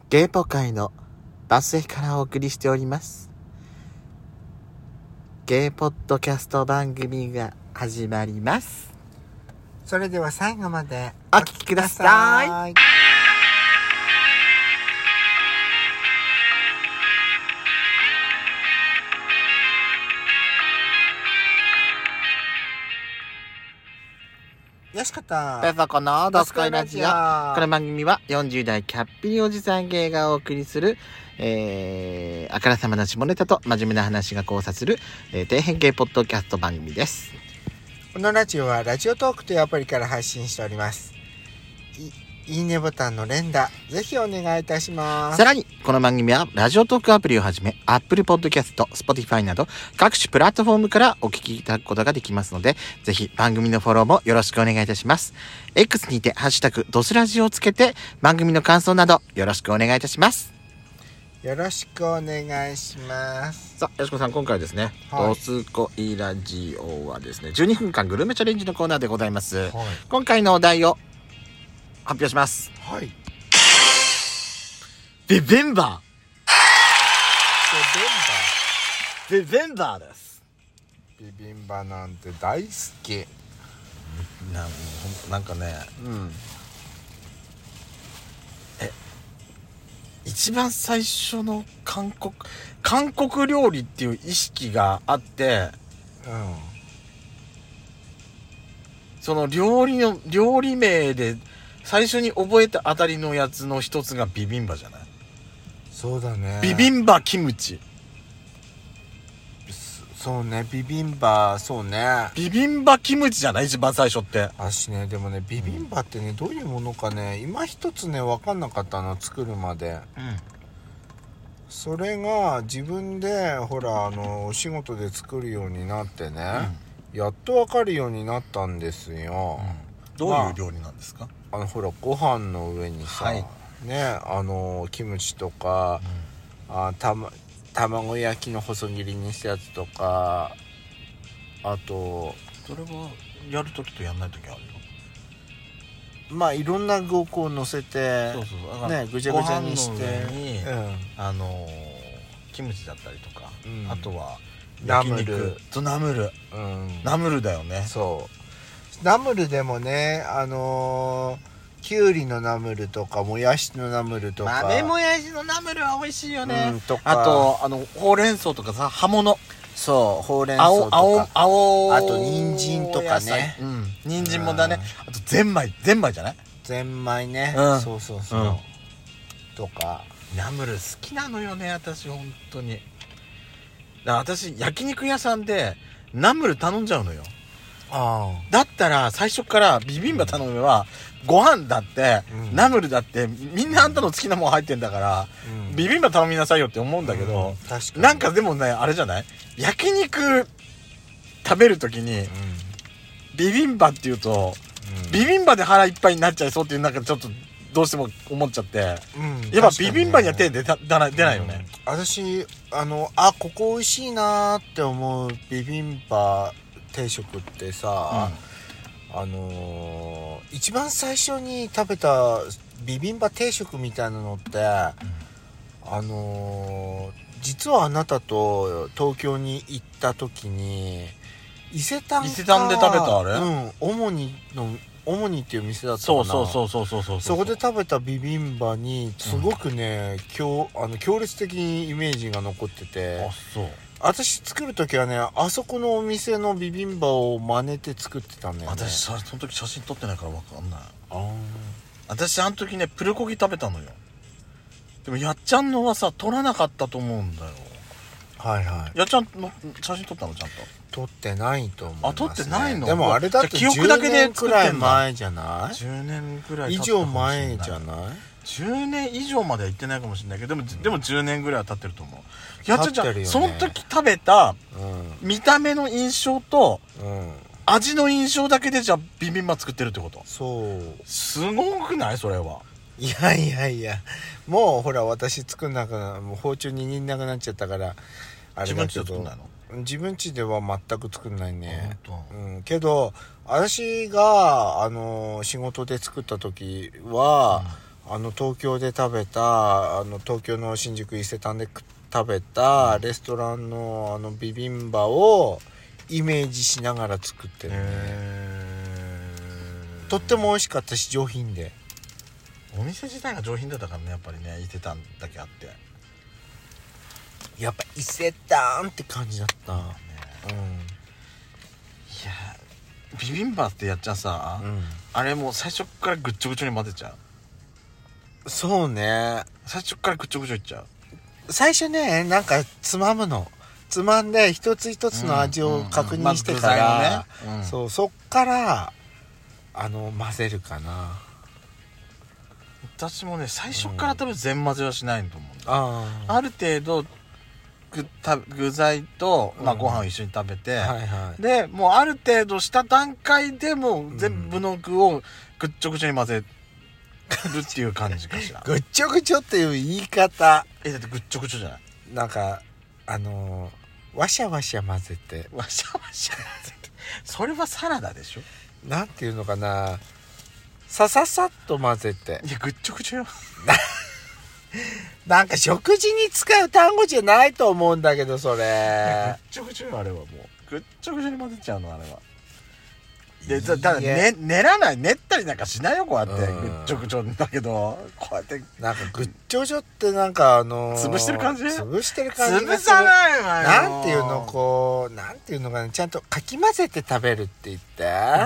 ゲイポ界のバス駅からお送りしておりますゲイポッドキャスト番組が始まります。 それでは最後までお聞きください。 よしかっペたソコのドスコイラジオ。この番組は40代キャッピリおじさん芸がお送りする、あからさまな下ネタと真面目な話が交差する、底辺ゲイポッドキャスト番組です。 このラジオはラジオトークというアプリから配信しております。いいねボタンの連打ぜひお願いいたします。 さらにこの番組はラジオトークアプリをはじめ Apple Podcast、Spotify など各種プラットフォームからお聞きいただくことができますので、ぜひ番組のフォローもよろしくお願いいたします。 X にてハッシュタグドスラジをつけて番組の感想などよろしくお願いいたします。 よろしくお願いします。 さあ、よしこさん、今回ですね、ドスコイラジオはですね12分間グルメチャレンジのコーナーでございます、今回のお題を発表します。 はい。 ビビンバビビンバです。 ビビンバなんて大好き。 なんかね、一番最初の韓国料理っていう意識があって、その料理名で最初に覚えたあたりのやつの一つがビビンバじゃない？ そうだね。 ビビンバキムチ。 そうね、ビビンバ、そうね。 ビビンバキムチじゃない？一番最初って。 私ね、でもね、ビビンバってね、どういうものかね、今一つね、分かんなかったの、作るまで。それが自分で、ほら、お仕事で作るようになってね、やっと分かるようになったんですよ。 どういう料理なんですか？ ほら、ご飯の上にさ、ね、キムチとか、卵焼きの細切りにしたやつとか、あとそれはやるときとやんないときあるよ。 まあいろんな具をこう乗せてね、ぐちゃぐちゃにして、 キムチだったりとか、あとはナムル、 ナムルだよね。 そうナムルでもね、きゅうりのナムルとかもやしのナムルとか、 豆もやしのナムルは美味しいよね、 とか、 あとほうれん草とかさ、葉物、 そうほうれん草とか、 青あと人参とかね、 人参もだね、あとゼンマイじゃない？ ゼンマイね、そうとか。 ナムル好きなのよね、私本当に。私焼肉屋さんでナムル頼んじゃうのよ。だったら最初からビビンバ頼めば、ご飯だって、ナムルだってみんなあんたの好きなもん入ってんだから、ビビンバ頼みなさいよって思うんだけど、なんかでもね、あれじゃない？焼肉食べるときに、ビビンバっていうと、ビビンバで腹いっぱいになっちゃいそうっていう、なんかちょっとどうしても思っちゃって、やっぱビビンバには手出ないよね。 私ここ美味しいなって思うビビンバ定食ってさ、一番最初に食べたビビンバ定食みたいなのって、実はあなたと東京に行った時に伊勢丹で食べたあれ、主にっていう店だったかな。そこで食べたビビンバにすごくね、強烈的にイメージが残ってて、私作るときはね、あそこのお店のビビンバを真似て作ってたんだよね。 私その時写真撮ってないから分かんない。私あの時ね、プルコギ食べたのよ。でもやっちゃんのはさ、撮らなかったと思うんだよ。やっちゃんの写真撮ったの？ちゃんと撮ってないと思いますね。 撮ってないの？ でもあれだって10年くらい前じゃない ？10年くらい以上前じゃない ？10年以上までは行ってないかもしれないけど、でも10年ぐらいは経ってると思う。やっちゃん、ね、その時食べた見た目の印象と、味の印象だけでじゃあビビンバ作ってるってこと？すごくない？それは。 いやもうほら、私作んなくな、もう包丁握んなくなっちゃったから、あれだけど。自分家で作んないの？自分家では全く作んないね。けど私が仕事で作った時は、 東京で食べた東京の新宿伊勢丹で食べたレストランのビビンバをイメージしながら作ってるね。とっても美味しかったし上品で、 お店自体が上品だったからね、やっぱりね、伊勢丹だけあって、 やっぱ伊勢丹って感じだった、ね、 いやビビンバってやっちゃさ、あれもう最初からぐっちょぐちょに混ぜちゃう。そうね、 最初からぐっちょぐちょいっちゃう。 最初ね、なんかつまんで一つ一つの味を確認してから、そっから混ぜるかな。 私もね最初から多分全混ぜはしないと思うんだ、ある程度具材と、ご飯を一緒に食べて、でもうある程度した段階でもう全部の具をぐっちょぐちょに混ぜるっていう感じかしら。 ぐっちょぐちょっていう言い方、 だってぐっちょぐちょじゃない、 なんかわしゃわしゃ混ぜて、 わしゃわしゃ混ぜてそれはサラダでしょ。 なんていうのかな、さささっと混ぜて。 いやぐっちょぐちょよなんか食事に使う単語じゃないと思うんだけど、それぐっちょぐちょよ、あれはもうぐっちょぐちょに混ぜちゃうの、あれは。でだから練らない、練ったりなんかしないよ、こうやってぐっちょぐちょだけど、こうやってなんかぐっちょぐちょってなんか潰してる感じ、 潰してる感じが潰さないわよ。 なんていうの、こうなんていうのかな、ちゃんとかき混ぜて食べるって言って。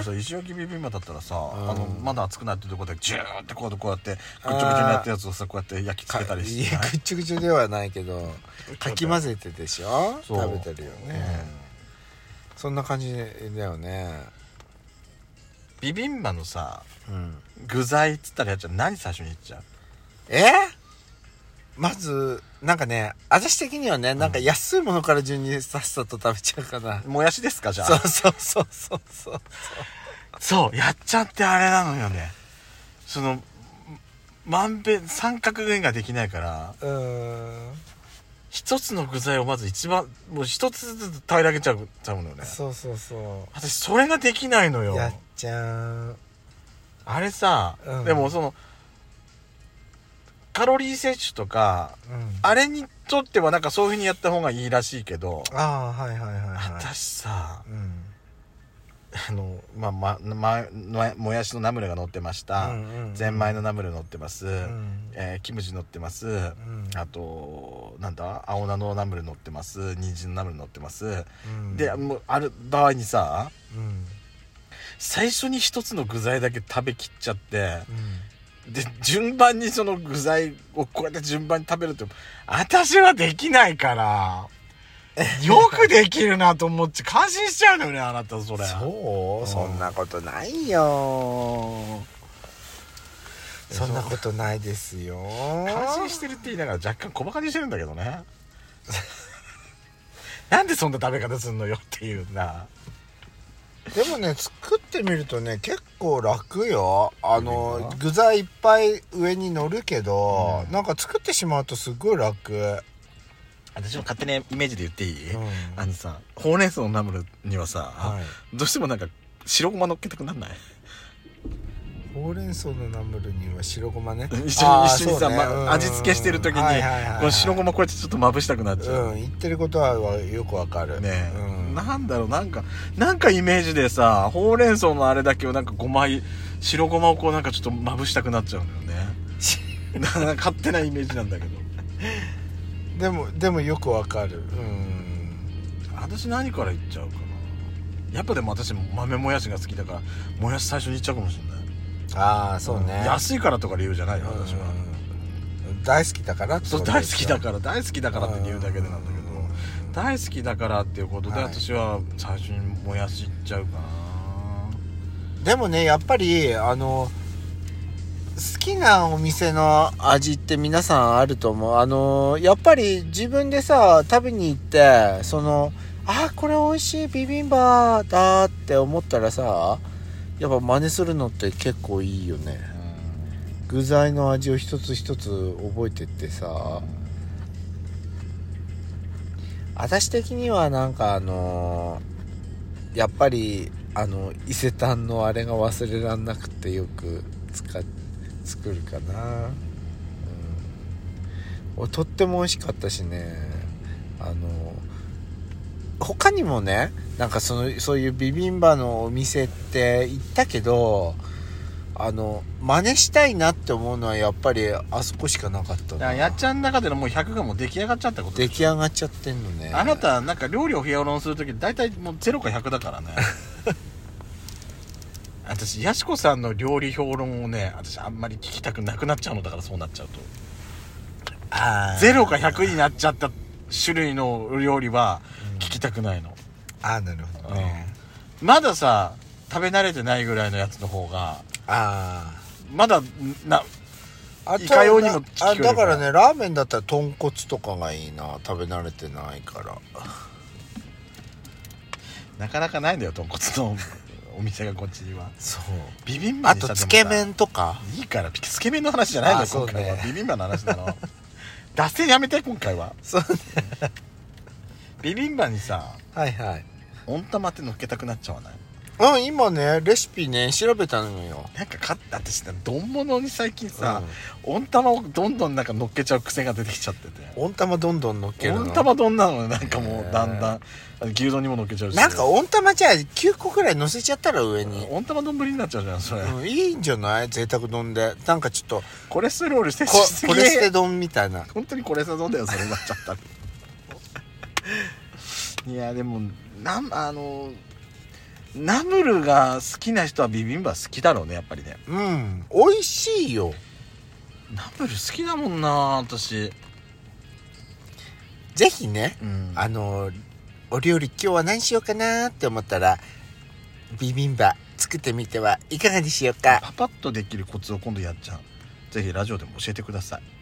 そう、石焼きビビンバだったらさ、まだ熱くなってるところでジューってこうやってぐっちょぐちょにやったやつをさ、こうやって焼き付けたりして、 いやぐっちょぐちょではないけどかき混ぜてでしょ、食べてるよね、そんな感じだよね。 ビビンバのさ、具材っつったらやっちゃう、何最初に言っちゃう？ まずなんかね、私的にはね、なんか安いものから順にさっさと食べちゃうかな。 もやしですか、じゃあ。そうやっちゃってあれなのよね、そのまんべん三角弁ができないから、一つの具材をまず一番もう一つずつ平らげちゃうのよね。 そう私それができないのよ。 やっちゃうあれさ、でもそのカロリー摂取とか、あれにとってはなんかそういう風にやった方がいいらしいけど、私さ、もやしのナムルが乗ってました、ゼンマイのナムル乗ってます、キムチ乗ってます、あとなんだ青菜のナムル乗ってます、人参のナムル乗ってます、でもうある場合にさ、最初に一つの具材だけ食べきっちゃって、で順番にその具材をこうやって順番に食べるって私はできないからよくできるなと思って感心しちゃうのよね、あなたそれ。 そんなことないよ、そんなことないですよ。 感心してるって言いながら若干小馬鹿にしてるんだけどねなんでそんな食べ方すんのよっていうな。 でもね、作ってみるとね結構楽よ。具材いっぱい上に乗るけど、なんか作ってしまうとすごい楽。 私も勝手にイメージで言っていい？さ、ほうれん草のナムルにはさ、どうしてもなんか白ごま乗っけたくなんない？ ほうれん草のナムルには白ごまね、 一緒にさ、味付けしてる時にこの白ごまこうやってちょっとまぶしたくなっちゃう。 言ってることはよくわかるね。なんだろう、なんかイメージでさ、ほうれん草のあれだけをなんか白ごまをこうなんかちょっとまぶしたくなっちゃうのよねなんか勝手なイメージなんだけどでもよくわかる。 私何からいっちゃうかな。やっぱでも私豆もやしが好きだからもやし最初にいっちゃうかもしれない。 そうね、 安いからとか理由じゃないよ、私は。 大好きだからって。 そう、大好きだからって理由だけでなんだけど、大好きだからっていうことで私は最初にもやしいっちゃうかな。 でもね、やっぱり好きなお店の味って皆さんあると思う。やっぱり自分でさ食べに行ってこれ美味しいビビンバだって思ったらさ、やっぱ真似するのって結構いいよね。具材の味を一つ一つ覚えてってさ、私的にはなんかやっぱり伊勢丹のあれが忘れらんなくてよく作るかな。とっても美味しかったしね。他にもね、なんかそういうビビンバのお店って行ったけど、真似したいなって思うのはやっぱりあそこしかなかったな。 やっちゃんの中でのもう100がもう出来上がっちゃったことでしょ。 出来上がっちゃってんのね。 あなたなんか料理を評論するとき大体もう0か100だからね。私やしこさんの料理評論をね、私あんまり聞きたくなくなっちゃうのだから、そうなっちゃうと0か100になっちゃった種類の料理は聞きたくないの。 なるほどね、 まださ食べ慣れてないぐらいのやつの方がまだいかようにも聞こえる。 だからね、ラーメンだったら豚骨とかがいいな。食べ慣れてないからなかなかないんだよ、豚骨のお店がこっちには。 そう、 ビビンバにした。 あとつけ麺とかいいから、つけ麺の話じゃないんだよ今回は、ビビンバの話なの。脱線やめて今回は。 そうね。 ビビンバにさ、 はいはい、 温玉って乗っけたくなっちゃわない？ 今ねレシピね調べたのよ。 なんか私丼物に最近さ、温玉をどんどんなんか乗っけちゃう癖が出てきちゃってて。 温玉どんどん乗っけるの？ 温玉丼なのね。なんかもうだんだん牛丼にも乗っけちゃうし。 なんか温玉じゃあ9個くらい乗せちゃったら上に温玉丼になっちゃうじゃんそれ、 いいんじゃない？贅沢丼でなんかちょっとコレステロール摂取しすぎ。 コレステ丼みたいな。 本当にコレステ丼だよそれになっちゃったいやでもナムルが好きな人はビビンバ好きだろうね、やっぱりね。 美味しいよ。 ナムル好きだもんな私。 ぜひね、お料理今日は何しようかなって思ったらビビンバ作ってみてはいかがでしょうか。 パパッとできるコツを今度やっちゃう。ぜひラジオでも教えてください。